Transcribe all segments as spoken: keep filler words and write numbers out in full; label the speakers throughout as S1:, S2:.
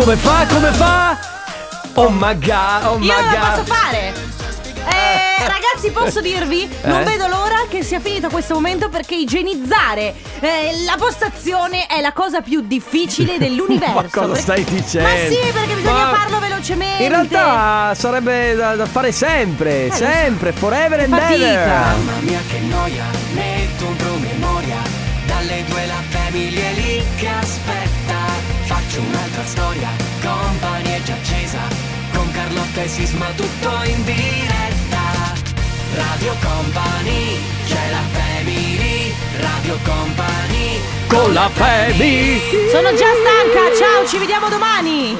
S1: come fa, come fa? Oh my god, oh my
S2: Io non
S1: god.
S2: lo posso fare. Eh, ragazzi, posso dirvi? Non
S1: Eh?
S2: vedo l'ora che sia finito questo momento, perché igienizzare eh, la postazione è la cosa più difficile dell'universo.
S1: Ma cosa stai dicendo?
S2: Ma sì, perché bisogna
S1: Ma
S2: farlo velocemente.
S1: in realtà sarebbe da, da fare sempre,
S2: Eh,
S1: sempre, forever and
S2: fatica.
S1: ever.
S3: Mamma mia che noia, metto un promemoria. Dalle due la famiglia è lì che aspetta. Faccio un'altra storia, Company è già accesa. Con Carlotta e Sisma tutto in diretta. Radio Company, c'è la family. Radio Company,
S1: Con la Feby.
S2: Sono già stanca, ciao, ci vediamo domani.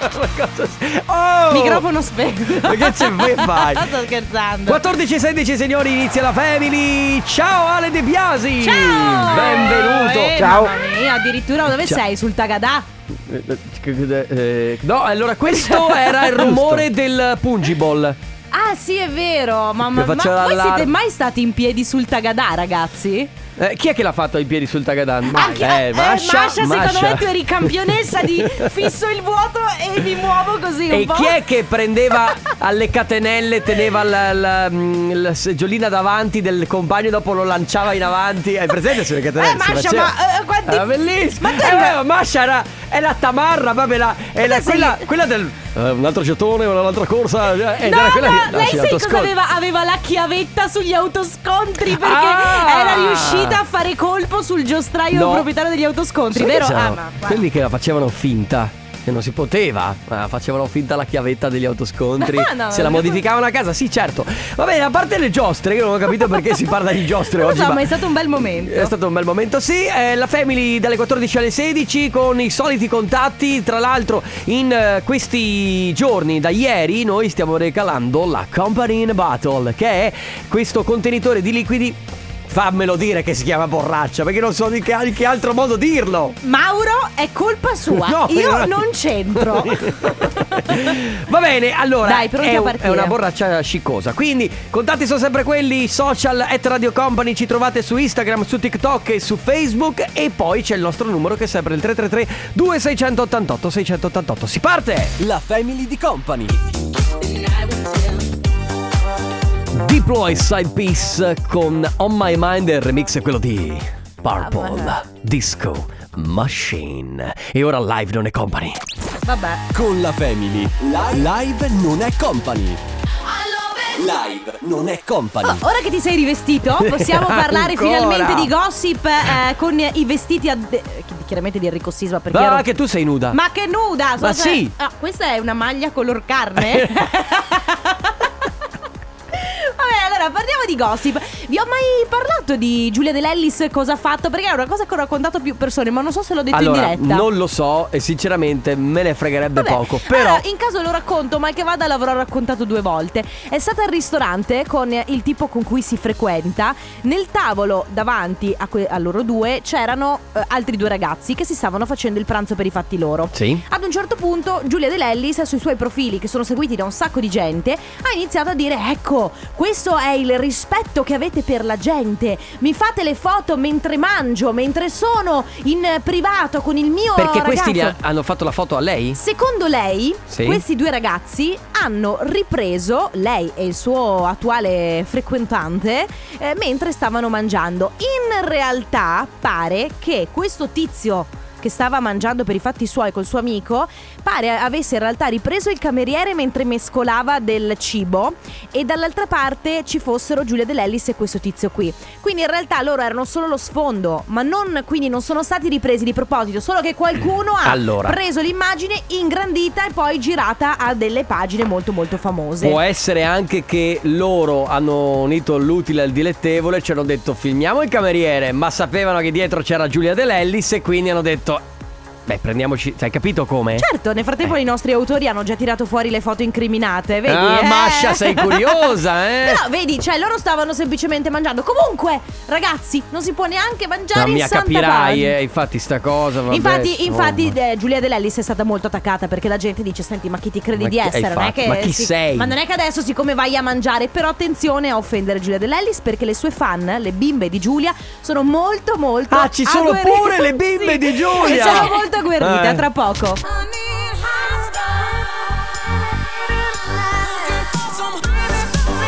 S1: Oh!
S2: Microfono spento.
S1: Ma che ce fai?
S2: Sto scherzando.
S1: quattordici e sedici signori, inizia la Family. Ciao Ale De Biasi.
S2: Ciao.
S1: Benvenuto.
S2: Eh,
S1: Ciao.
S2: Mamma mia, addirittura dove
S1: Ciao.
S2: sei? Sul Tagadà?
S1: Eh, No, allora questo era il rumore del Pungiball.
S2: Ah sì, è vero. Mamma,
S1: Che
S2: ma
S1: faceva
S2: voi
S1: l'allarme.
S2: siete mai stati in piedi sul Tagadà, ragazzi?
S1: Eh, chi è che l'ha fatto i piedi sul Tagadan?
S2: Anche-
S1: eh,
S2: eh,
S1: Masha,
S2: Masha, secondo me tu eri campionessa di fisso il vuoto e mi muovo così un
S1: E
S2: po'.
S1: chi è che prendeva alle catenelle, teneva la, la, mm, la seggiolina davanti del compagno e dopo lo lanciava in avanti? Hai presente sulle catenelle?
S2: Eh,
S1: Si
S2: Masha,
S1: faceva?
S2: ma, eh, quanti-
S1: Era bellissimo.
S2: Ma tu
S1: Eh,
S2: eri una-
S1: ma Masha era, è la tamarra, proprio la, è la-
S2: tu sei-
S1: quella, quella del eh, un altro gettone, un'altra corsa. eh,
S2: No,
S1: era quella
S2: ma
S1: che-
S2: lei
S1: sì,
S2: sai cosa
S1: autoscol-
S2: aveva? Aveva la chiavetta sugli autoscontri, perché
S1: Ah!
S2: era riuscita a fare colpo sul giostraio
S1: No.
S2: proprietario degli autoscontri,
S1: Sai che
S2: vero?
S1: c'erano
S2: Ah, ma guarda.
S1: quelli che la facevano finta, che non si poteva, ma facevano finta la chiavetta degli autoscontri.
S2: No, no,
S1: se la
S2: no.
S1: modificavano a casa, sì, certo. Va bene, a parte le giostre, io non ho capito perché si parla di giostre
S2: Non lo
S1: oggi.
S2: so,
S1: ma
S2: ma è stato un bel momento.
S1: È stato un bel momento, sì. eh, La Family dalle quattordici alle sedici con i soliti contatti. Tra l'altro, in eh, questi giorni, da ieri, noi stiamo recalando la Company in a Bottle, che è questo contenitore di liquidi. Fammelo dire che si chiama borraccia, perché non so di che, di che altro modo dirlo.
S2: Mauro, è colpa sua.
S1: No,
S2: Io
S1: no.
S2: non c'entro.
S1: Va bene, allora
S2: Dai, pronti
S1: è,
S2: a
S1: un-
S2: partire.
S1: è una borraccia sciccosa. Quindi contatti sono sempre quelli, social at Radio Company. Ci trovate su Instagram, su TikTok e su Facebook. E poi c'è il nostro numero che è sempre il tre tre tre due sei otto otto sei otto otto. Si parte!
S4: La Family di Company.
S1: Deploy Side Piece con On My Mind. Il remix è quello di Purple Disco Machine. E ora live non è Company.
S2: Vabbè.
S4: Con la Family. Live non è Company. Live non è Company.
S2: Oh, ora che ti sei rivestito, possiamo parlare
S1: Ancora?
S2: finalmente di gossip eh, con i vestiti ad- eh, chiaramente di Enrico Sisma, perché
S1: Ah,
S2: ero-
S1: che tu sei nuda.
S2: Ma che nuda!
S1: Ma
S2: so-
S1: sì.
S2: Ah, questa è una maglia color carne. Vabbè, allora parliamo di gossip. Vi ho mai parlato di Giulia De Lellis, cosa ha fatto? Perché è una cosa che ho raccontato a più persone, ma non so se l'ho detto
S1: Allora,
S2: in diretta.
S1: non lo so e sinceramente me ne fregherebbe
S2: Vabbè,
S1: poco. Però
S2: allora, in caso lo racconto, mal che vada l'avrò raccontato due volte. È stata al ristorante con il tipo con cui si frequenta. Nel tavolo davanti a, que- a loro due c'erano eh, altri due ragazzi che si stavano facendo il pranzo per i fatti loro.
S1: Sì.
S2: Ad un certo punto Giulia De Lellis, sui suoi profili che sono seguiti da un sacco di gente, ha iniziato a dire: ecco, questo è il rispetto che avete per la gente. Mi fate le foto mentre mangio, mentre sono in privato con il mio
S1: Perché
S2: ragazzo.
S1: questi gli ha- hanno fatto la foto a lei?
S2: Secondo lei,
S1: Sì.
S2: questi due ragazzi hanno ripreso, lei e il suo attuale frequentante, eh, mentre stavano mangiando. In realtà pare che questo tizio che stava mangiando per i fatti suoi col suo amico pare avesse in realtà ripreso il cameriere mentre mescolava del cibo, e dall'altra parte ci fossero Giulia De Lellis e questo tizio qui. Quindi in realtà loro erano solo lo sfondo, ma non, quindi non sono stati ripresi di proposito, solo che qualcuno ha
S1: Allora.
S2: preso l'immagine, ingrandita e poi girata a delle pagine molto molto famose.
S1: Può essere anche che loro hanno unito l'utile al dilettevole e ci hanno detto filmiamo il cameriere, ma sapevano che dietro c'era Giulia De Lellis e quindi hanno detto beh, prendiamoci, hai capito come?
S2: Certo, nel frattempo i nostri autori hanno già tirato fuori le foto incriminate, vedi?
S1: Ah,
S2: eh?
S1: Masha, sei curiosa, eh?
S2: Però vedi, cioè loro stavano semplicemente mangiando. Comunque, ragazzi, non si può neanche mangiare
S1: No,
S2: in
S1: mia,
S2: santa
S1: capirai,
S2: pace.
S1: eh, infatti sta cosa vabbè,
S2: Infatti, infatti
S1: insomma.
S2: eh, Giulia De Lellis è stata molto attaccata perché la gente dice: senti, ma chi ti credi
S1: Ma
S2: di
S1: chi- eh,
S2: essere? Non è
S1: infatti,
S2: che
S1: ma chi
S2: si-
S1: sei?
S2: Ma non è che adesso, siccome vai a mangiare. Però attenzione a offendere Giulia De Lellis, perché le sue fan, le bimbe di Giulia, sono molto molto
S1: Ah, ci sono
S2: agguerrite.
S1: pure le bimbe
S2: Sì,
S1: di Giulia!
S2: E sono molto agguerrite,
S1: Eh.
S2: a tra poco.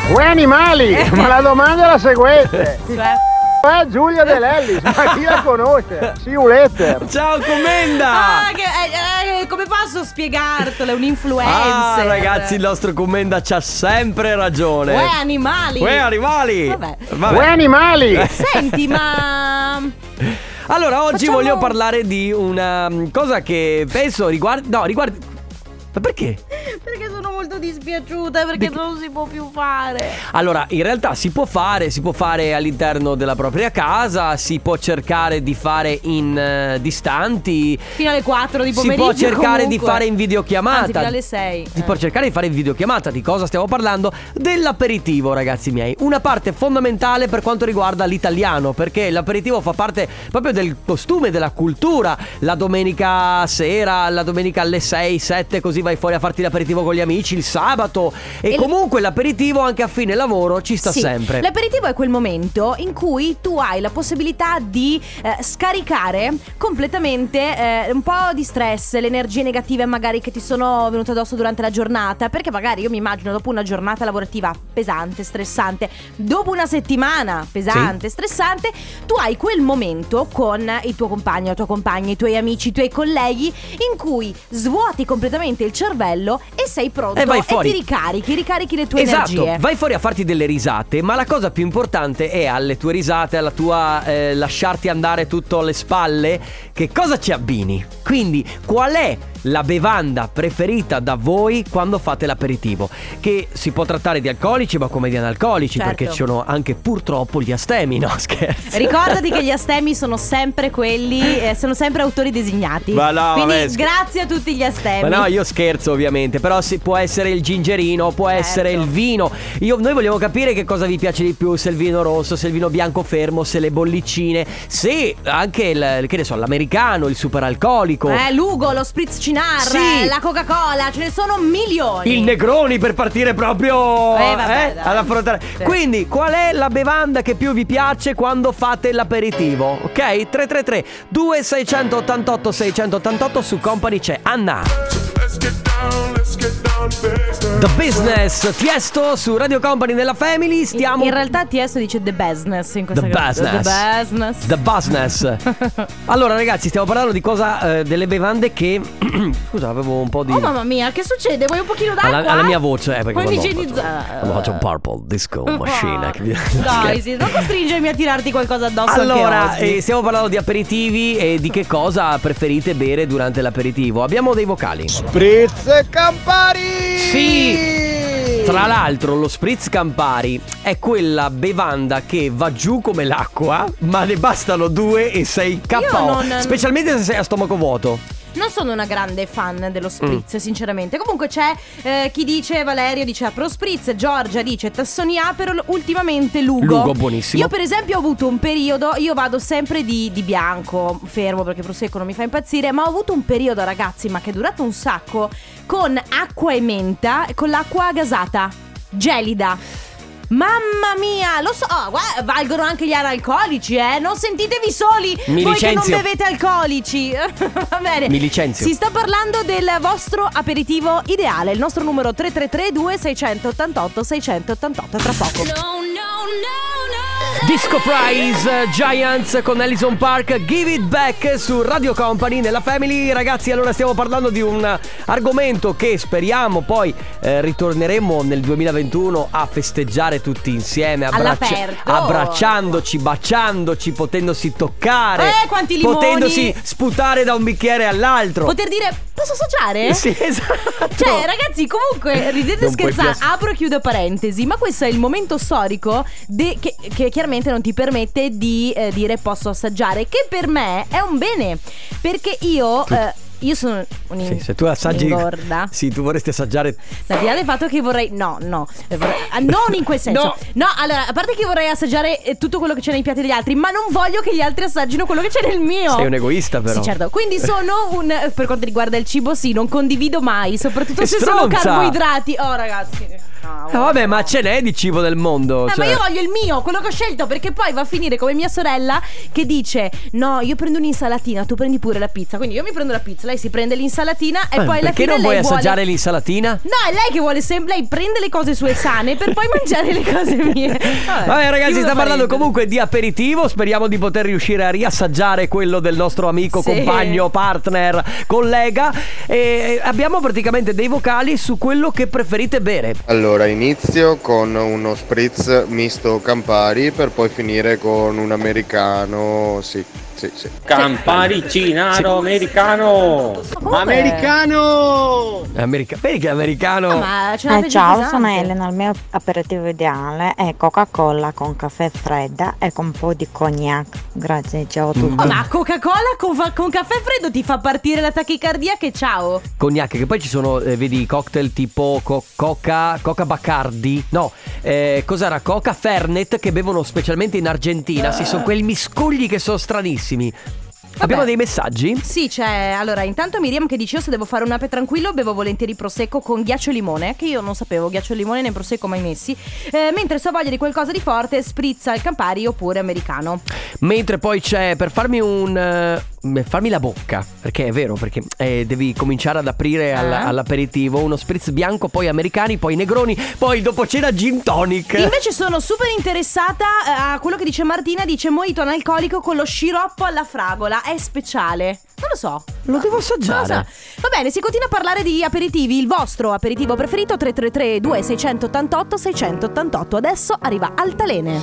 S5: Voi animali,
S2: Eh.
S5: ma la domanda è la seguente.
S2: Cioè?
S5: È Giulia De Lellis, ma chi la conosce? See you later.
S1: Ciao Commenda!
S2: Ah, che, eh, eh, come posso spiegartelo? È un influencer.
S1: Ah, ragazzi, il nostro Commenda c'ha sempre ragione.
S2: Uè, animali.
S1: Uè, animali.
S2: Vabbè.
S1: Vabbè.
S5: Voi animali.
S2: Senti, ma...
S1: Allora, oggi
S2: Facciamo-
S1: voglio parlare di una mm, cosa che penso riguarda. No, riguarda. Ma perché?
S2: Perché sono molto dispiaciuta, perché
S1: Di-
S2: non si può più fare.
S1: Allora, in realtà si può fare, si può fare all'interno della propria casa, si può cercare di fare in eh, distanti,
S2: Fino alle quattro di
S1: si
S2: pomeriggio
S1: può cercare
S2: comunque.
S1: di fare in videochiamata.
S2: Anzi, fino alle sei.
S1: Si
S2: Eh.
S1: può cercare di fare in videochiamata. Di cosa stiamo parlando? Dell'aperitivo, ragazzi miei. Una parte fondamentale per quanto riguarda l'italiano, perché l'aperitivo fa parte proprio del costume, della cultura. La domenica sera, la domenica alle sei, sette, così vai fuori a farti l'aperitivo con gli amici, il sabato. E,
S2: E l-
S1: comunque l'aperitivo anche a fine lavoro ci sta
S2: Sì,
S1: sempre.
S2: l'aperitivo è quel momento in cui tu hai la possibilità di eh, scaricare completamente eh, un po' di stress, le energie negative magari che ti sono venute addosso durante la giornata. Perché magari io mi immagino dopo una giornata lavorativa pesante, stressante, dopo una settimana pesante, stressante, tu hai quel momento con il tuo compagno, la tua compagna, i tuoi amici, i tuoi colleghi, in cui svuoti completamente il cervello e sei pronto
S1: E vai fuori.
S2: ti ricarichi, ricarichi le tue
S1: Esatto,
S2: energie.
S1: vai fuori a farti delle risate, ma la cosa più importante è alle tue risate, alla tua eh, lasciarti andare tutto alle spalle, che cosa ci abbini? Quindi, qual è la bevanda preferita da voi quando fate l'aperitivo? Che si può trattare di alcolici, ma come di analcolici,
S2: Certo.
S1: perché ci sono anche purtroppo gli astemi, no scherzo.
S2: Ricordati che gli astemi sono sempre quelli, eh, sono sempre autori designati.
S1: Ma no,
S2: Quindi
S1: vabbè, sch-
S2: grazie a tutti gli astemi.
S1: Ma no, io scherzo ovviamente, però si può essere il gingerino, può
S2: Certo.
S1: essere il vino. Io, noi vogliamo capire che cosa vi piace di più, se il vino rosso, se il vino bianco fermo, se le bollicine, se anche il, che ne so, l'americano, il super alcolico.
S2: Eh, l'Ugo, lo Spritz Cinar,
S1: Sì.
S2: la Coca-Cola, ce ne sono milioni.
S1: Il Negroni per partire proprio
S2: Eh, vabbè,
S1: eh,
S2: dai.
S1: ad affrontare.
S2: Sì.
S1: Quindi, qual è la bevanda che più vi piace quando fate l'aperitivo? Ok? tre tre tre due sei otto otto sei otto otto. Su Company c'è Anna. The Business, Tiesto su Radio Company nella Family. Stiamo
S2: In realtà Tiesto dice the business in questa
S1: The
S2: canzone.
S1: business.
S2: The business.
S1: The business. Allora ragazzi, stiamo parlando di cosa eh, delle bevande che scusa, avevo un po' di
S2: Oh mamma mia, che succede? Vuoi un pochino d'acqua?
S1: alla, alla mia voce, eh, perché
S2: Vuoi
S1: quando
S2: igienizzare?
S1: ho fatto un Purple Disco Machine. che mi-
S2: Dai, sì, non costringermi a tirarti qualcosa addosso
S1: Allora,
S2: anche oggi.
S1: eh, stiamo parlando di aperitivi e di che cosa preferite bere durante l'aperitivo. Abbiamo dei vocali.
S5: Spritz Campari.
S1: Sì. Tra l'altro lo Spritz Campari è quella bevanda che va giù come l'acqua, ma ne bastano due e sei K
S2: Io
S1: O.
S2: non-
S1: Specialmente se sei a stomaco vuoto.
S2: Non sono una grande fan dello
S1: Mm.
S2: spritz, sinceramente. Comunque c'è eh, chi dice, Valerio dice Apro Spritz, Giorgia dice Tassoni Aperol, ultimamente Lugo.
S1: Lugo, buonissimo.
S2: Io per esempio ho avuto un periodo, io vado sempre di, di bianco, fermo perché prosecco non mi fa impazzire, ma ho avuto un periodo, ragazzi, ma che è durato un sacco, con acqua e menta, con l'acqua gasata, gelida. Mamma mia, lo so, oh, guarda, valgono anche gli analcolici, eh. Non sentitevi soli
S1: Mi
S2: voi che non
S1: licenzio.
S2: bevete alcolici. Va bene.
S1: Mi licenzio.
S2: Si sta parlando del vostro aperitivo ideale. Il nostro numero tre tre tre due sei otto otto sei otto otto. Tra poco.
S1: Disco Fries, Giants con Ellison Park, Give It Back su Radio Company nella Family. Ragazzi, allora stiamo parlando di un argomento che speriamo poi eh, ritorneremo nel duemilaventuno a festeggiare tutti insieme, abbraccia-
S2: All'aperto.
S1: abbracciandoci, baciandoci, potendosi toccare,
S2: Eh, quanti limoni.
S1: potendosi sputare da un bicchiere all'altro.
S2: Poter dire, posso assaggiare?
S1: Sì, esatto.
S2: Cioè, ragazzi, comunque, ridete e
S1: Non puoi più
S2: scherzare,
S1: ass-
S2: apro e chiudo parentesi, ma questo è il momento storico de- che, che chiaramente non ti permette di eh, dire posso assaggiare, che per me è un bene, perché io... eh, io sono un
S1: Sì, se tu assaggi
S2: ingorda.
S1: Sì, tu vorresti assaggiare.
S2: Al di là del fatto che vorrei. No, no. eh, vorrei- ah, non in quel senso.
S1: No.
S2: No, allora, a parte che vorrei assaggiare eh, tutto quello che c'è nei piatti degli altri, ma non voglio che gli altri assaggino quello che c'è nel mio.
S1: Sei un egoista, però.
S2: Sì, certo. Quindi sono un. Per quanto riguarda il cibo, sì, non condivido mai. Soprattutto
S1: Che
S2: se sono
S1: stronza!
S2: carboidrati. Oh, ragazzi. No. no.
S1: Eh, vabbè, ma ce n'è di cibo del mondo.
S2: Eh,
S1: cioè.
S2: ma io voglio il mio, quello che ho scelto, perché poi va a finire come mia sorella che dice: no, io prendo un'insalatina, tu prendi pure la pizza. Quindi io mi prendo la pizza, lei si prende l'insalatina e
S1: Eh,
S2: poi alla
S1: perché
S2: fine
S1: non vuoi
S2: lei vuole...
S1: assaggiare l'insalatina?
S2: No, è lei che vuole sempre. Lei prende le cose sue sane per poi mangiare le cose mie. Vabbè,
S1: Vabbè ragazzi,
S2: chiudo
S1: sta parlando
S2: parentesi.
S1: comunque di aperitivo. Speriamo di poter riuscire a riassaggiare quello del nostro amico,
S2: Sì.
S1: compagno, partner, collega. E abbiamo praticamente dei vocali su quello che preferite bere.
S6: Allora, inizio con uno spritz misto Campari per poi finire con un americano, sì, sì, sì.
S7: Campari, cinaro, americano.
S2: Comunque-
S5: Americano!
S1: America- Vedi che è americano.
S2: Ah, ma c'è una
S8: Eh,
S2: peggio
S8: ciao,
S2: pesante.
S8: sono Elena. Il mio aperitivo ideale è Coca-Cola con caffè fredda e con un po' di cognac. Grazie, ciao a tutti.
S2: Oh, ma Coca-Cola con, fa- con caffè freddo ti fa partire la tachicardia, che ciao.
S1: Cognac, che poi ci sono, eh, vedi, cocktail tipo co- Coca, Coca Bacardi. No, eh, cos'era? Coca Fernet, che bevono specialmente in Argentina. Sì, sono quei miscugli che sono stranissimi. Abbiamo dei messaggi?
S2: Sì, c'è. Allora, intanto Miriam che dice: io se devo fare un ape tranquillo bevo volentieri prosecco con ghiaccio e limone, che io non sapevo ghiaccio e limone né prosecco mai messi. eh, Mentre se ho voglia di qualcosa di forte, sprizza il Campari oppure americano.
S1: Mentre poi c'è per farmi un eh, farmi la bocca, perché è vero, perché eh, devi cominciare ad aprire all-
S2: Eh?
S1: all'aperitivo uno spritz bianco, poi americani, poi negroni, poi dopo cena gin tonic.
S2: Invece sono super interessata eh, a quello che dice Martina. Dice mojito analcolico con lo sciroppo alla fragola. È speciale. Non lo so.
S1: Lo devo assaggiare.
S2: Non lo so. Va bene, si continua a parlare di aperitivi. Il vostro aperitivo preferito? Tre tre tre due sei otto otto sei otto otto. Adesso arriva Altalene.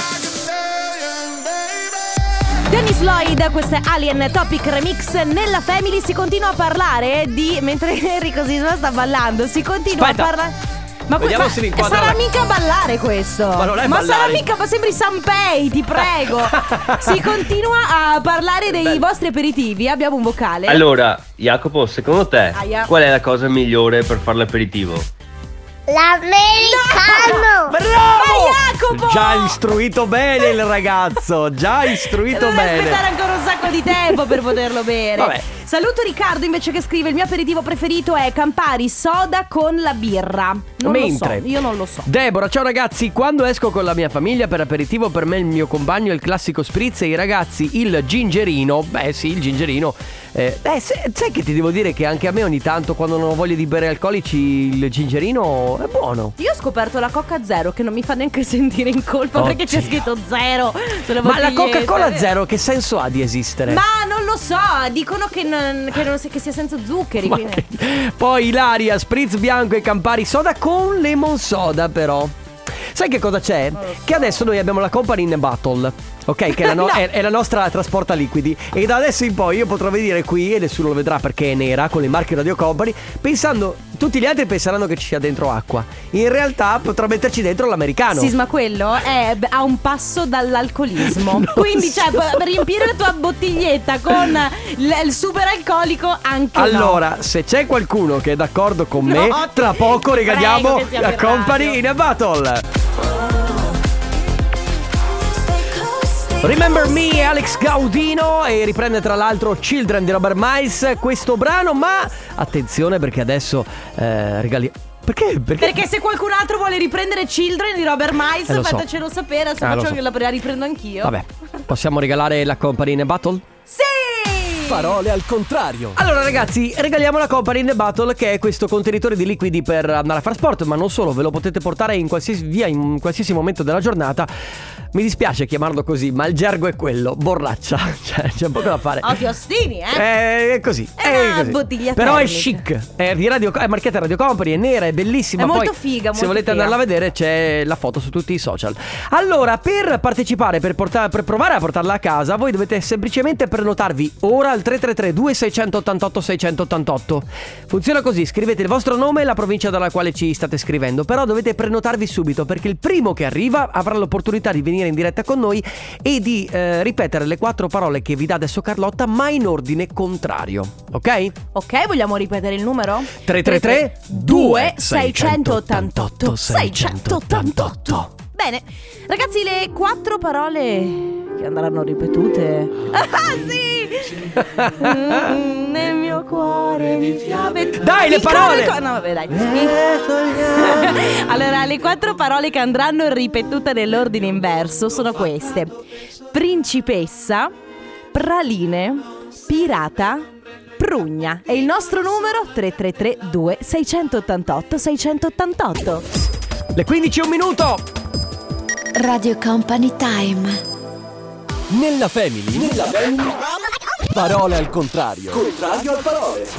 S2: Dennis Lloyd, questo è Alien Topic Remix. Nella Family si continua a parlare di... Mentre Enrico Sisma sta ballando, si continua
S1: Aspetta.
S2: a parlare... Ma,
S1: Vediamo
S2: ma
S1: se mi inquadra
S2: sarà
S1: la-
S2: mica ballare questo?
S1: Ma non è
S2: Ma sarà
S1: ballare.
S2: mica, ma sembri Sanpei, ti prego. Si continua a parlare dei
S1: Bello.
S2: vostri aperitivi. Abbiamo un vocale.
S7: Allora, Jacopo, secondo te
S2: Aia.
S7: qual è la cosa migliore per fare l'aperitivo?
S9: L'americano!
S1: Bravo!
S2: Ma Jacopo!
S1: Già istruito bene il ragazzo, già istruito
S2: Deve
S1: bene.
S2: aspettare ancora un sacco di tempo per poterlo bere.
S1: Vabbè.
S2: Saluto Riccardo invece che scrive: il mio aperitivo preferito è Campari soda con la birra. Non
S1: Mentre
S2: lo so, io non lo so.
S1: Deborah, ciao ragazzi, quando esco con la mia famiglia per aperitivo, per me il mio compagno è il classico spritz e i ragazzi il gingerino. Beh sì, il gingerino. Eh, eh, se- sai che ti devo dire che anche a me ogni tanto, quando non ho voglia di bere alcolici, il gingerino è buono.
S2: Io ho scoperto la Coca Zero, che non mi fa neanche sentire in colpa perché c'è
S1: Oddio.
S2: scritto zero sulla
S1: Ma la
S2: bottiglietta.
S1: Coca-Cola Zero che senso ha di esistere?
S2: Ma non lo so, dicono che, non, che, non, che sia senza zuccheri.
S1: Ma
S2: quindi-
S1: che- Poi Ilaria, spritz bianco e Campari soda con lemon soda però. Sai che cosa c'è? Che adesso noi abbiamo la Company in Battle, ok? Che è la, no-
S2: No.
S1: è, è la nostra trasporta liquidi. E da adesso in poi io potrò venire qui e nessuno lo vedrà perché è nera con le marche Radio Company, pensando, tutti gli altri penseranno che ci sia dentro acqua. In realtà potrò metterci dentro l'americano.
S2: Sisma, quello è b- a un passo dall'alcolismo. Quindi, cioè, per riempire la tua bottiglietta con l- il super alcolico, anche no.
S1: Allora, se c'è qualcuno che è d'accordo con me,
S2: No,
S1: tra
S2: ti
S1: poco
S2: prego
S1: regaliamo
S2: che sia
S1: la
S2: per
S1: Company
S2: radio.
S1: in a Battle. Remember Me, Alex Gaudino, e riprende tra l'altro Children di Robert Miles questo brano, ma attenzione perché adesso eh, regali... Perché? Perché?
S2: Perché se qualcun altro vuole riprendere Children di Robert Miles,
S1: Eh, lo so.
S2: fatecelo sapere, se
S1: Ah, lo
S2: faccio
S1: so.
S2: che la la riprendo anch'io.
S1: Vabbè, possiamo regalare la Company in a Battle?
S2: Sì!
S4: Parole al contrario.
S1: Allora ragazzi, regaliamo la Company in the Battle, che è questo contenitore di liquidi per andare a fare sport, ma non solo, ve lo potete portare in qualsiasi via, in qualsiasi momento della giornata. Mi dispiace chiamarlo così, ma il gergo è quello, borraccia, cioè c'è poco da fare.
S2: Occhi ostini, eh?
S1: Eh, È così,
S2: È
S1: è
S2: una
S1: così.
S2: bottiglia
S1: Però è
S2: termica.
S1: chic, è, di radio, è marchiata Radio Company, è nera, è bellissima.
S2: È
S1: Poi,
S2: molto figa,
S1: se
S2: molto
S1: volete
S2: figa.
S1: andarla a vedere c'è la foto su tutti i social. Allora, per partecipare, per, portare, per provare a portarla a casa, voi dovete semplicemente prenotarvi ora al tre tre tre due sei otto otto sei otto otto. Funziona così: scrivete il vostro nome e la provincia dalla quale ci state scrivendo, però dovete prenotarvi subito, perché il primo che arriva avrà l'opportunità di venire in diretta con noi e di eh, ripetere le quattro parole che vi dà adesso Carlotta, ma in ordine contrario, ok?
S2: Ok, vogliamo ripetere il numero?
S1: tre tre tre
S2: due sei otto otto sei otto otto. Bene, ragazzi, le quattro parole che andranno ripetute. Ah sì! Mm, nel mio cuore fiamme di fiamme.
S1: Dai, le
S2: Il
S1: parole!
S2: coro- No, vabbè, dai. Allora, le quattro parole che andranno ripetute nell'ordine inverso sono queste: principessa, praline, pirata, prugna. E il nostro numero tre tre tre due sei otto otto sei otto otto.
S1: Le quindici e un minuto.
S9: Radio Company Time.
S4: Nella Family. Nella Family. Parole al contrario. Contrario al parole.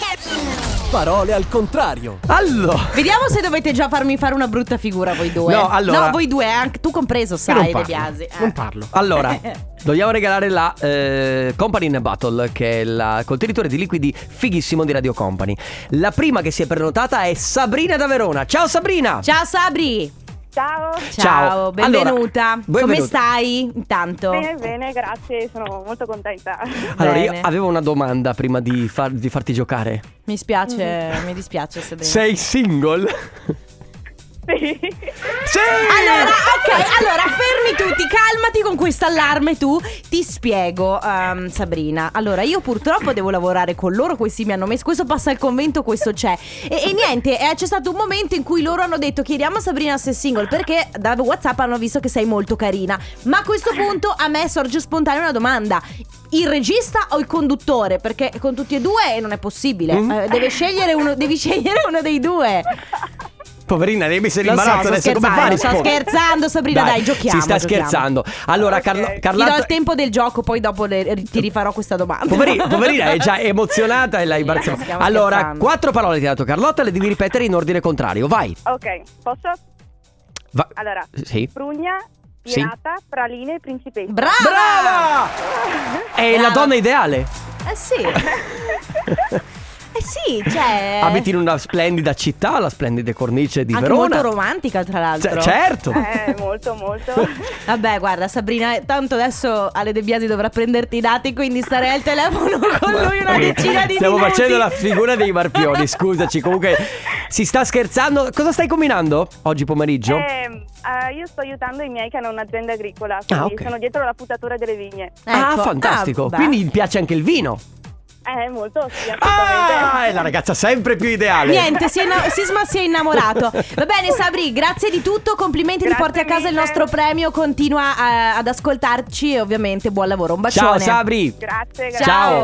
S4: Parole al contrario.
S1: Allora,
S2: Vediamo se dovete già farmi fare una brutta figura voi due.
S1: No, allora-
S2: No, voi due, anche tu compreso,
S1: io
S2: sai,
S1: non
S2: De
S1: parlo,
S2: Biasi. Eh.
S1: non parlo. Allora, dobbiamo regalare la eh, Company in a Bottle, che è il contenitore di liquidi fighissimo di Radio Company. La prima che si è prenotata è Sabrina da Verona. Ciao Sabrina.
S2: Ciao Sabri.
S10: Ciao.
S2: Ciao,
S1: Ciao.
S2: benvenuta.
S1: Allora,
S2: Come
S1: benvenuta.
S2: stai intanto?
S10: Bene, bene, grazie, sono molto contenta.
S1: Allora, io
S2: Bene.
S1: avevo una domanda prima di, far- di farti giocare.
S2: Mi spiace, mi dispiace Sabrina.
S1: Sei single?
S10: Sì.
S1: Sì!
S2: Allora, ok, allora fermi tutti, calmati con questo allarme tu. Ti spiego, ehm, Sabrina. Allora, io purtroppo devo lavorare con loro, questi mi hanno messo, questo passa al convento, questo c'è. E, e niente, eh, c'è stato un momento in cui loro hanno detto chiediamo a Sabrina se è single, perché da WhatsApp hanno visto che sei molto carina. Ma a questo punto a me sorge spontanea una domanda: il regista o il conduttore? Perché con tutti e due non è possibile.
S1: Mm.
S2: Eh, deve scegliere uno, devi scegliere uno dei due.
S1: Poverina, devi messo in
S2: Lo so,
S1: imbarazzo
S2: sto
S1: adesso. Come
S2: scherzando,
S1: fare?
S2: sto
S1: Rispondi.
S2: scherzando, Sabrina, dai, giochiamo,
S1: Si sta
S2: giochiamo.
S1: scherzando. Allora,
S10: Ok.
S1: Carlo-
S2: Ti do
S1: Carlotta
S2: il tempo del gioco, poi dopo le- ti rifarò questa domanda.
S1: Poverina, poverina, è già emozionata e l'hai imbarazzato.
S2: stiamo
S1: Allora,
S2: scherzando.
S1: quattro parole ti ha dato Carlotta, le devi ripetere in ordine contrario. Vai.
S10: Ok, posso?
S1: Va-
S10: Allora,
S1: Sì.
S10: prugna,
S1: Sì.
S10: pirata, praline e principessa.
S2: Brava!
S1: Brava! È la
S2: Brava.
S1: donna ideale.
S2: Eh sì. Eh sì, cioè
S1: Abiti in una splendida città, la splendida cornice di
S2: anche
S1: Verona.
S2: molto romantica, tra l'altro.
S1: C- certo.
S10: Eh, molto, molto.
S2: Vabbè, guarda Sabrina, tanto adesso Ale De Biasi dovrà prenderti i dati, quindi starei al telefono con lui una decina di
S1: Stiamo
S2: minuti.
S1: facendo la figura dei marpioni, scusaci. Comunque si sta scherzando. Cosa stai combinando oggi pomeriggio?
S10: Eh, eh, io sto aiutando i miei che hanno un'azienda agricola, quindi
S1: Ah, ok.
S10: sono dietro la putatura delle vigne.
S1: Ah,
S2: Ecco.
S1: fantastico.
S2: Ah, beh.
S1: Quindi mi piace anche il vino.
S10: Eh, molto, sì, assolutamente.
S1: Ah, è la ragazza sempre più ideale.
S2: Niente, si è inna- Sisma si è innamorato. Va bene Sabri, grazie di tutto, complimenti,
S10: Grazie
S2: ti porti a casa il
S10: mille.
S2: nostro premio, continua eh, ad ascoltarci e ovviamente buon lavoro, un bacione.
S1: Ciao Sabri.
S10: Grazie, grazie.
S1: Ciao.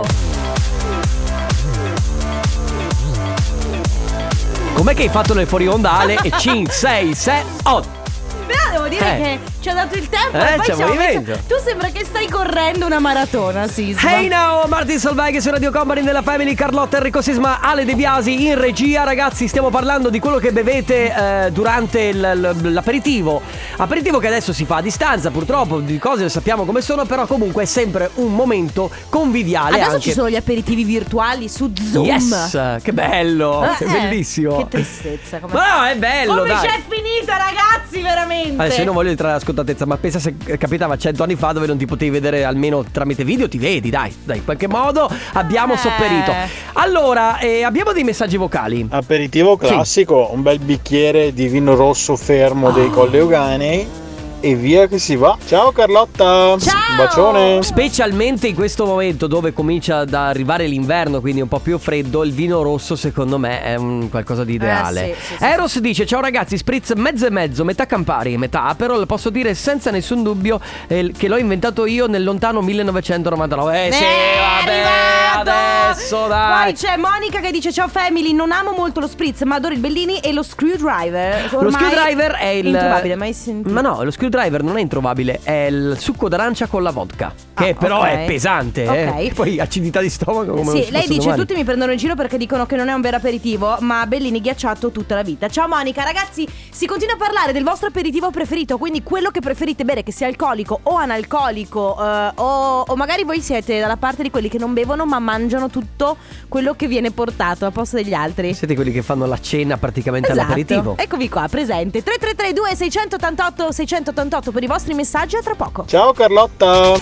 S1: Com'è che hai fatto nel fuori onda, Ale? E cinque, sei, sette, otto.
S2: Però devo dire
S1: Eh.
S2: che ci ha dato il tempo
S1: Eh,
S2: e poi
S1: c'è
S2: siamo
S1: movimento.
S2: messi- Tu sembra che stai correndo una maratona, Sisma.
S1: Hey now, Martin Solveig su Radio Company della Family, Carlotta, Enrico Sisma, Ale De Biasi in regia. Ragazzi, stiamo parlando di quello che bevete eh, durante l- l- l'aperitivo. Aperitivo che adesso si fa a distanza, purtroppo, di cose sappiamo come sono, però comunque è sempre un momento conviviale.
S2: Adesso
S1: anche.
S2: ci sono gli aperitivi virtuali su Zoom.
S1: Yes, che bello,
S2: Eh,
S1: che bellissimo.
S2: Che tristezza. Come,
S1: Ma no, è bello,
S2: come
S1: dai.
S2: c'è finita, ragazzi, veramente.
S1: Adesso io non voglio entrare alla scontatezza, ma pensa se capitava cento anni fa dove non ti potevi vedere almeno tramite video, ti vedi, dai, dai, in qualche modo abbiamo
S2: Eh.
S1: sopperito. Allora, eh, abbiamo dei messaggi vocali.
S11: Aperitivo classico, un bel bicchiere di vino rosso fermo dei Colli Euganei e via che si va. Ciao Carlotta,
S2: Ciao!
S11: un bacione.
S1: Specialmente in questo momento dove comincia ad arrivare l'inverno, quindi un po' più freddo, il vino rosso secondo me è un qualcosa di ideale.
S2: Eh, sì, sì, sì,
S1: Eros dice: ciao ragazzi, spritz mezzo e mezzo, metà Campari, metà Aperol. Posso dire senza nessun dubbio eh, che l'ho inventato io nel lontano millenovecentonovantanove. Eh sì,
S2: È
S1: vabbè,
S2: arrivato!
S1: adesso dai.
S2: Poi c'è Monica che dice: ciao family, non amo molto lo spritz, ma adoro il Bellini e lo screwdriver.
S1: Lo
S2: Ormai
S1: screwdriver è il
S2: introvabile, mai sentito.
S1: Ma no, lo screwdriver non è introvabile, è il succo d'arancia con la vodka, che
S2: Ah,
S1: però
S2: ok.
S1: è pesante, eh.
S2: Ok.
S1: E poi acidità di stomaco come non
S2: Sì,
S1: si
S2: lei
S1: fosse
S2: dice:
S1: domani.
S2: tutti mi prendono in giro perché dicono che non è un vero aperitivo, ma Bellini ghiacciato tutta la vita. Ciao Monica, ragazzi, si continua a parlare del vostro aperitivo preferito, quindi quello che preferite bere, che sia alcolico o analcolico, eh, o, o magari voi siete dalla parte di quelli che non bevono ma mangiano tutto quello che viene portato a posto degli altri.
S1: Siete quelli che fanno la cena praticamente
S2: Esatto.
S1: all'aperitivo.
S2: Eccovi qua, presente. Tre tre tre due sei otto otto sei otto otto per i vostri messaggi, a tra poco.
S11: Ciao Carlotta.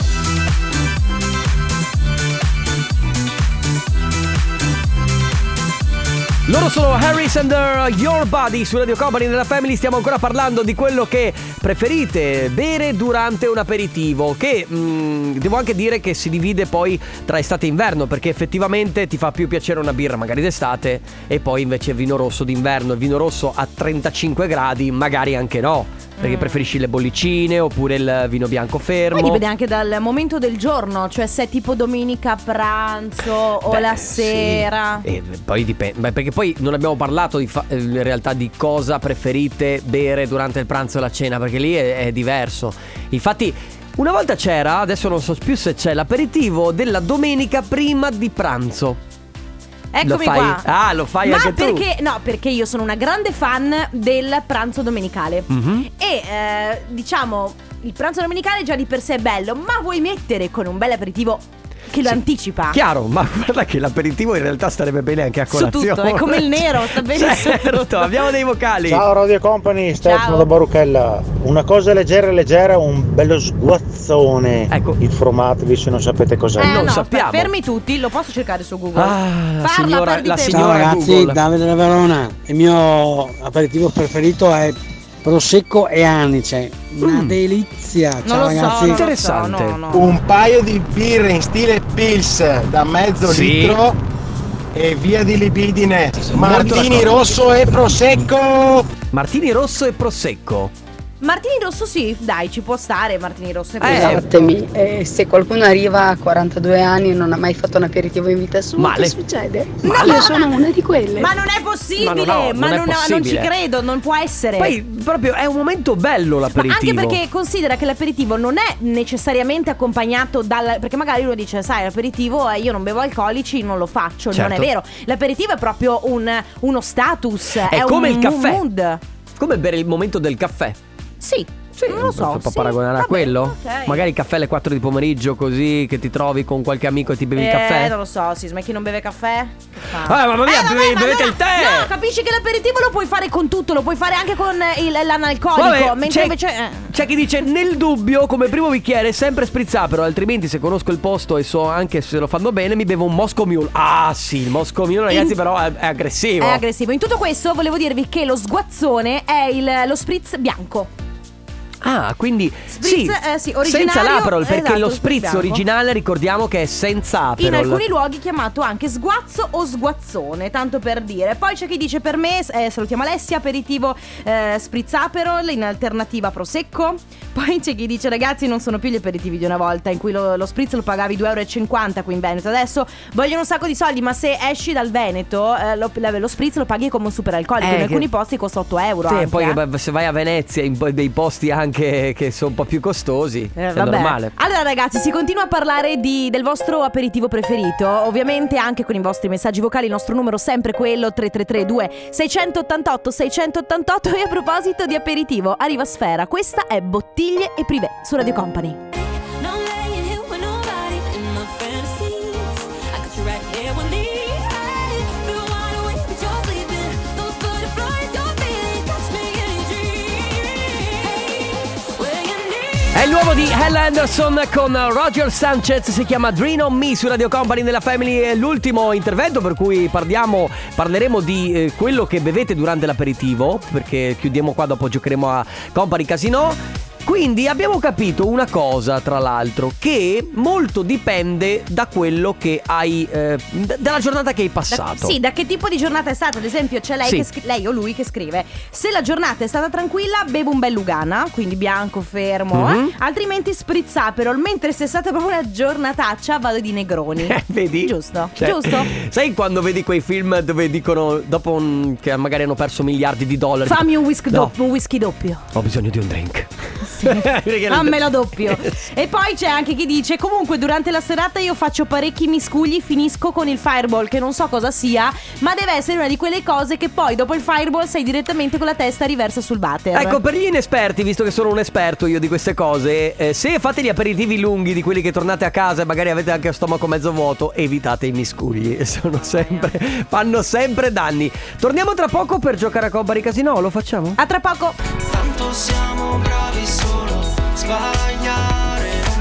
S1: Loro sono Harris and Your Body su Radio Company nella Family. Stiamo ancora parlando di quello che preferite bere durante un aperitivo, che mh, devo anche dire che si divide poi tra estate e inverno, perché effettivamente ti fa più piacere una birra magari d'estate e poi invece vino rosso d'inverno. Il vino rosso a trentacinque gradi magari anche no, perché preferisci le bollicine oppure il vino bianco fermo.
S2: Poi dipende anche dal momento del giorno, cioè se è tipo domenica pranzo o
S1: Beh,
S2: la sera.
S1: Sì. E poi dipende, beh, perché poi non abbiamo parlato di fa- in realtà di cosa preferite bere durante il pranzo e la cena, perché lì è, è diverso. Infatti una volta c'era, adesso non so più se c'è, l'aperitivo della domenica prima di pranzo.
S2: Eccomi
S1: lo fai?
S2: qua.
S1: Ah, lo fai
S2: Ma
S1: anche tu?
S2: perché? No, perché io sono una grande fan del pranzo domenicale.
S1: Mm-hmm.
S2: E eh, diciamo, il pranzo domenicale già di per sé è bello, ma vuoi mettere con un bel aperitivo che lo
S1: Sì.
S2: anticipa?
S1: Chiaro, ma guarda che l'aperitivo in realtà starebbe bene anche a
S2: Su
S1: colazione.
S2: tutto, è come il nero, sta benissimo.
S1: Certo, abbiamo dei vocali.
S11: Ciao Radio Company, Stefano
S2: Ciao.
S11: da Baruchella. Una cosa leggera leggera, un bello sguazzone.
S1: Ecco.
S11: Informatevi se non sapete cos'è.
S2: Eh,
S1: non
S2: no,
S1: sappiamo.
S2: aspetta, fermi tutti, lo posso cercare su Google.
S1: Ah, la
S2: Parla,
S1: signora,
S2: perdi
S1: la
S2: tempo.
S1: signora
S12: Ciao ragazzi,
S1: Google.
S12: Davide da Verona. Il mio aperitivo preferito è prosecco e anice. Una
S1: Mm.
S12: delizia.
S2: Non
S12: Ciao
S2: lo
S12: ragazzi.
S2: so, non lo
S1: Interessante.
S2: so, no, no.
S5: Un paio di birre in stile Pils da mezzo
S1: Sì.
S5: litro e via di libidine. Martini
S1: d'accordo.
S5: rosso e prosecco.
S1: Martini rosso e prosecco.
S2: Martini rosso sì, dai, ci può stare Martini rosso e
S1: Eh,
S2: prosecco.
S13: Scusatemi, eh, se qualcuno arriva a quarantadue anni e non ha mai fatto un aperitivo in vita sua,
S1: Male.
S13: che succede?
S1: Male.
S13: Io sono una di quelle.
S2: Ma non è possibile,
S1: Ma no, no,
S2: ma
S1: non è
S2: non, non ci
S1: possibile.
S2: credo, non può essere.
S1: Poi proprio è un momento bello
S2: Ma
S1: l'aperitivo.
S2: anche perché considera che l'aperitivo non è necessariamente accompagnato dal... Perché magari uno dice, sai, l'aperitivo eh, io non bevo alcolici, non lo faccio.
S1: Certo.
S2: Non è vero. L'aperitivo è proprio un, uno status. È,
S1: È come
S2: un,
S1: il caffè.
S2: un mood.
S1: Come bere il momento del caffè.
S2: Sì.
S1: Sì,
S2: non lo so.
S1: si può
S2: sì.
S1: paragonare a
S2: Vabbè,
S1: quello?
S2: ok.
S1: Magari il caffè alle quattro di pomeriggio, così che ti trovi con qualche amico e ti bevi
S2: eh,
S1: il caffè.
S2: non lo so, sì, ma chi non beve caffè? Che fa?
S1: Ah, mamma mia,
S2: Eh, vabbè,
S1: beve-
S2: ma
S1: bevete
S2: allora-
S1: il tè!
S2: No, capisci che l'aperitivo lo puoi fare con tutto, lo puoi fare anche con il, l'analcolico.
S1: Vabbè,
S2: mentre
S1: c'è,
S2: invece. eh.
S1: c'è chi dice nel dubbio come primo bicchiere sempre sprizzapero, altrimenti se conosco il posto e so anche se lo fanno bene mi bevo un Moscow Mule. Ah sì, il Moscow Mule ragazzi
S2: In-
S1: però è, è aggressivo.
S2: È aggressivo. In tutto questo volevo dirvi che lo sguazzone è il, lo spritz bianco.
S1: Ah, quindi
S2: Spritz,
S1: sì,
S2: eh, sì, originario,
S1: senza l'aperol, perché
S2: esatto,
S1: lo
S2: lo spritz
S1: spritz
S2: bianco.
S1: originale ricordiamo che è senza aperol.
S2: In alcuni luoghi chiamato anche sguazzo o sguazzone, tanto per dire. Poi c'è chi dice per me, eh, salutiamo Alessia, aperitivo eh, spritz aperol, in alternativa prosecco. Poi c'è chi dice ragazzi non sono più gli aperitivi di una volta in cui lo, lo spritz lo pagavi due euro e cinquanta qui in Veneto. Adesso vogliono un sacco di soldi, ma se esci dal Veneto eh, lo, lo spritz lo paghi come un super alcolico.
S1: Eh,
S2: in alcuni
S1: che-
S2: posti costa otto euro.
S1: Sì,
S2: anche,
S1: e poi
S2: eh.
S1: beh, se vai a Venezia in poi dei posti anche che sono un po' più costosi,
S2: Eh,
S1: è
S2: vabbè.
S1: normale.
S2: Allora ragazzi, si continua a parlare di, del vostro aperitivo preferito. Ovviamente anche con i vostri messaggi vocali. Il nostro numero sempre quello tre tre tre due sei otto otto sei otto otto. E a proposito di aperitivo, arriva Sfera. Questa è Bottiglie e Privé su Radio Company.
S1: È il nuovo di Ella Anderson con Roger Sanchez, si chiama Dream on Me su Radio Company nella Family. È l'ultimo intervento per cui parliamo, parleremo di eh, quello che bevete durante l'aperitivo, perché chiudiamo qua, dopo giocheremo a Company Casino. Quindi abbiamo capito una cosa, tra l'altro, che molto dipende da quello che hai, eh, d- dalla giornata che hai passato.
S2: Sì, da che tipo di giornata è stata? Ad esempio c'è lei,
S1: Sì.
S2: che scri- lei o lui che scrive: se la giornata è stata tranquilla bevo un bel Lugana, quindi bianco, fermo,
S1: Mhm.
S2: eh? Altrimenti spritz aperol. Mentre se è stata proprio una giornataccia vado di Negroni.
S1: Eh, vedi?
S2: Giusto,
S1: Cioè,
S2: giusto.
S1: Sai quando vedi quei film dove dicono dopo un- che magari hanno perso miliardi di dollari?
S2: Fammi un whisky,
S1: No.
S2: doppio, un whisky doppio.
S1: Ho bisogno di un drink. Perché la-
S2: Fammelo doppio. E poi c'è anche chi dice: comunque durante la serata io faccio parecchi miscugli, finisco con il fireball, che non so cosa sia, ma deve essere una di quelle cose che poi dopo il fireball sei direttamente con la testa riversa sul water.
S1: Ecco, per gli inesperti, visto che sono un esperto io di queste cose, eh, se fate gli aperitivi lunghi di quelli che tornate a casa e magari avete anche lo stomaco mezzo vuoto, evitate i miscugli. Sono sempre, fanno sempre danni. Torniamo tra poco per giocare a Company Casino. Lo facciamo?
S2: A tra poco.
S3: Tanto siamo bravi solo a sbagliare.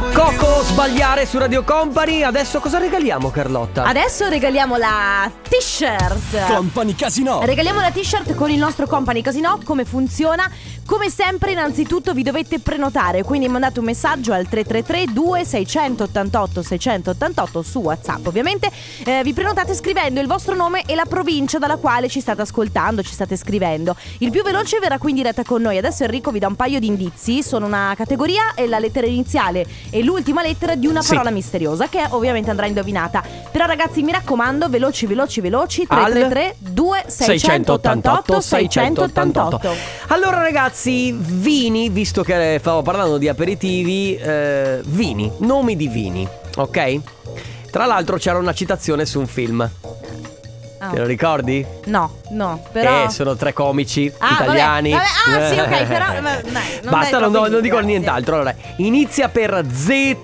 S1: Coco sbagliare su Radio Company. Adesso cosa regaliamo, Carlotta?
S2: Adesso regaliamo la t-shirt.
S4: Company Casino.
S2: Regaliamo la t-shirt con il nostro Company Casino. Come funziona? Come sempre, innanzitutto vi dovete prenotare, quindi mandate un messaggio al tre tre tre due sei otto otto sei otto otto su WhatsApp. Ovviamente eh, vi prenotate scrivendo il vostro nome e la provincia dalla quale ci state ascoltando, ci state scrivendo. Il più veloce verrà qui in diretta con noi. Adesso Enrico vi dà un paio di indizi. Sono una categoria e la lettera iniziale e l'ultima lettera di una parola sì. misteriosa, che ovviamente andrà indovinata. Però ragazzi, mi raccomando, veloci veloci veloci. Tre tre tre due sei otto otto sei otto otto.
S1: Allora ragazzi, vini, visto che stavo parlando di aperitivi, eh, vini, nomi di vini, ok? Tra l'altro c'era una citazione su un film. Oh. Te lo ricordi?
S2: No, no, però
S1: Eh, sono tre comici
S2: ah,
S1: italiani.
S2: vabbè, vabbè. Ah, sì, ok, però dai, non
S1: basta, non,
S2: non,
S1: non dico nient'altro. Allora, inizia per Z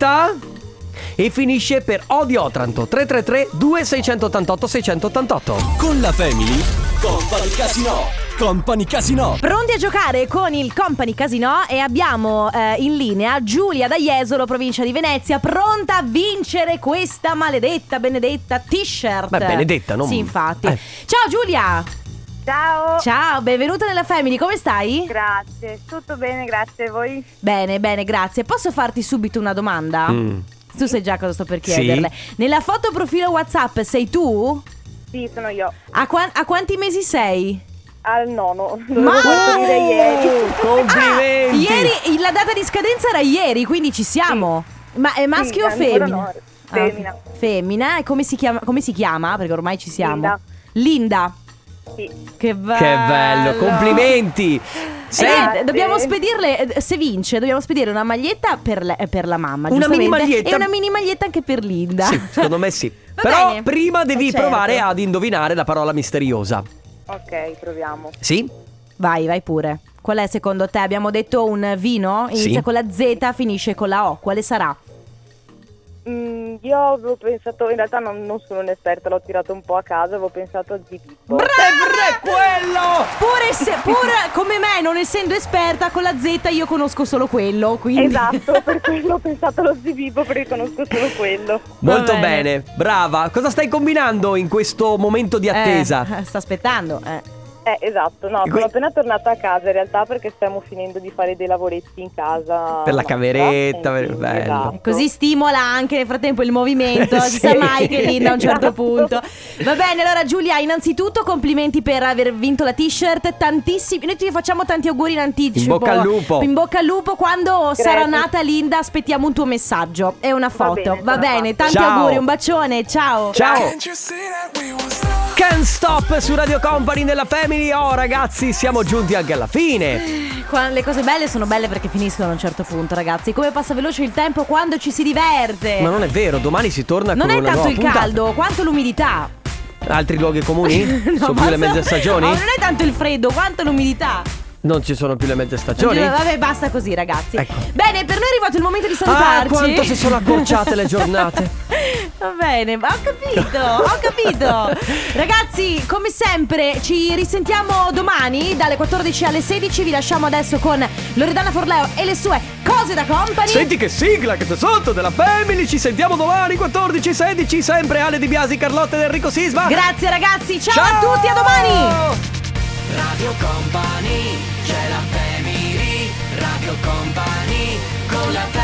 S1: e finisce per O di Otranto. Tre tre tre due sei otto otto sei otto otto.
S4: Con la Family, Company Casino. Company Casino.
S2: Pronti a giocare con il Company Casino e abbiamo eh, in linea Giulia da Jesolo, provincia di Venezia, pronta a vincere questa maledetta, benedetta t-shirt.
S1: Beh, benedetta, non...
S2: Sì, infatti.
S1: Eh.
S2: Ciao Giulia.
S10: Ciao.
S2: Ciao, benvenuta nella Family, come stai?
S10: Grazie, tutto bene, grazie. Voi?
S2: Bene, bene, grazie. Posso farti subito una domanda? Mm. Tu sai già cosa sto per chiederle. Sì. Nella foto profilo WhatsApp sei tu?
S10: Sì, sono io.
S2: A, qua- a quanti mesi sei?
S10: Al nono.
S2: Ma
S10: posso dire ieri.
S1: Complimenti.
S2: Ah, ieri, la data di scadenza era ieri, quindi ci siamo. Sì. Ma è maschio
S10: sì,
S2: o femmina?
S10: No. Femmina.
S2: Ah, femmina. E come si chiama? Come si chiama? Perché ormai ci siamo.
S10: Linda.
S2: Linda.
S10: Sì.
S2: Che bello.
S1: Che bello, complimenti.
S2: Eh, dobbiamo spedirle, se vince, dobbiamo spedire una maglietta per, le, per la mamma.
S1: Una mini maglietta.
S2: E una mini maglietta anche per Linda.
S1: Sì, secondo me sì.
S2: Va
S1: Però
S2: bene.
S1: prima devi
S2: eh certo.
S1: provare ad indovinare la parola misteriosa.
S10: Ok, proviamo.
S1: Sì?
S2: Vai, vai pure. Qual è secondo te? Abbiamo detto un vino? Inizia
S1: sì.
S2: con la Z, finisce con la O. Quale sarà?
S10: Mm, io avevo pensato, in realtà non, non sono un'esperta, l'ho tirato un po' a caso, avevo pensato a Zibibbo.
S1: Brava! quello!
S2: Pure, se, pure come me, non essendo esperta, con la Z io conosco solo quello, quindi...
S10: Esatto, per quello ho pensato allo Zibibbo, perché conosco solo quello.
S1: Molto
S2: bene.
S1: bene, brava. Cosa stai combinando in questo momento di attesa?
S2: Eh, sta aspettando, eh.
S10: Eh, esatto, no, sono appena tornata a casa in realtà perché stiamo finendo di fare dei lavoretti in casa.
S1: Per la
S10: nostra,
S1: cameretta,
S10: quindi,
S1: bello.
S10: esatto.
S2: Così stimola anche nel frattempo il movimento,
S1: Sì.
S2: si sa mai che Linda a un certo
S10: Esatto.
S2: punto. Va bene, allora Giulia, innanzitutto complimenti per aver vinto la t-shirt, tantissimi, noi ti facciamo tanti auguri in anticipo.
S1: In bocca al lupo.
S2: In bocca al lupo, quando
S10: Grazie.
S2: sarà nata Linda aspettiamo un tuo messaggio e una foto.
S10: bene,
S2: Va
S10: sarà
S2: bene,
S10: fatto.
S2: tanti
S1: Ciao.
S2: auguri, un bacione, ciao.
S1: Ciao. Can't Stop su Radio Company nella Family. Oh ragazzi, siamo giunti anche alla fine.
S2: Qua- Le cose belle sono belle perché finiscono a un certo punto, ragazzi. Come passa veloce il tempo quando ci si diverte.
S1: Ma non è vero, domani si torna
S2: Non
S1: con
S2: è
S1: una
S2: tanto
S1: nuova
S2: il
S1: puntata.
S2: caldo quanto l'umidità.
S1: Altri luoghi comuni?
S2: No,
S1: Sono più
S2: ma
S1: le mezze
S2: so-
S1: stagioni?
S2: No, non è tanto il freddo quanto l'umidità.
S1: Non ci sono più le mezze stagioni?
S2: Vabbè, basta così, ragazzi.
S1: Ecco.
S2: Bene, per noi è arrivato il momento di
S1: Ah,
S2: salutarci.
S1: quanto si sono accorciate le giornate.
S2: Va bene, ma ho capito, ho capito. Ragazzi, come sempre, ci risentiamo domani dalle quattordici alle sedici. Vi lasciamo adesso con Loredana Forleo e le sue cose da company.
S1: Senti che sigla che c'è sotto della Family. Ci sentiamo domani quattordici sedici. Sempre Ale Di Biasi, Carlotta ed Enrico Sisma.
S2: Grazie ragazzi, ciao,
S1: Ciao.
S2: a tutti, a domani.
S3: Radio Company, c'è la family, Radio Company, con la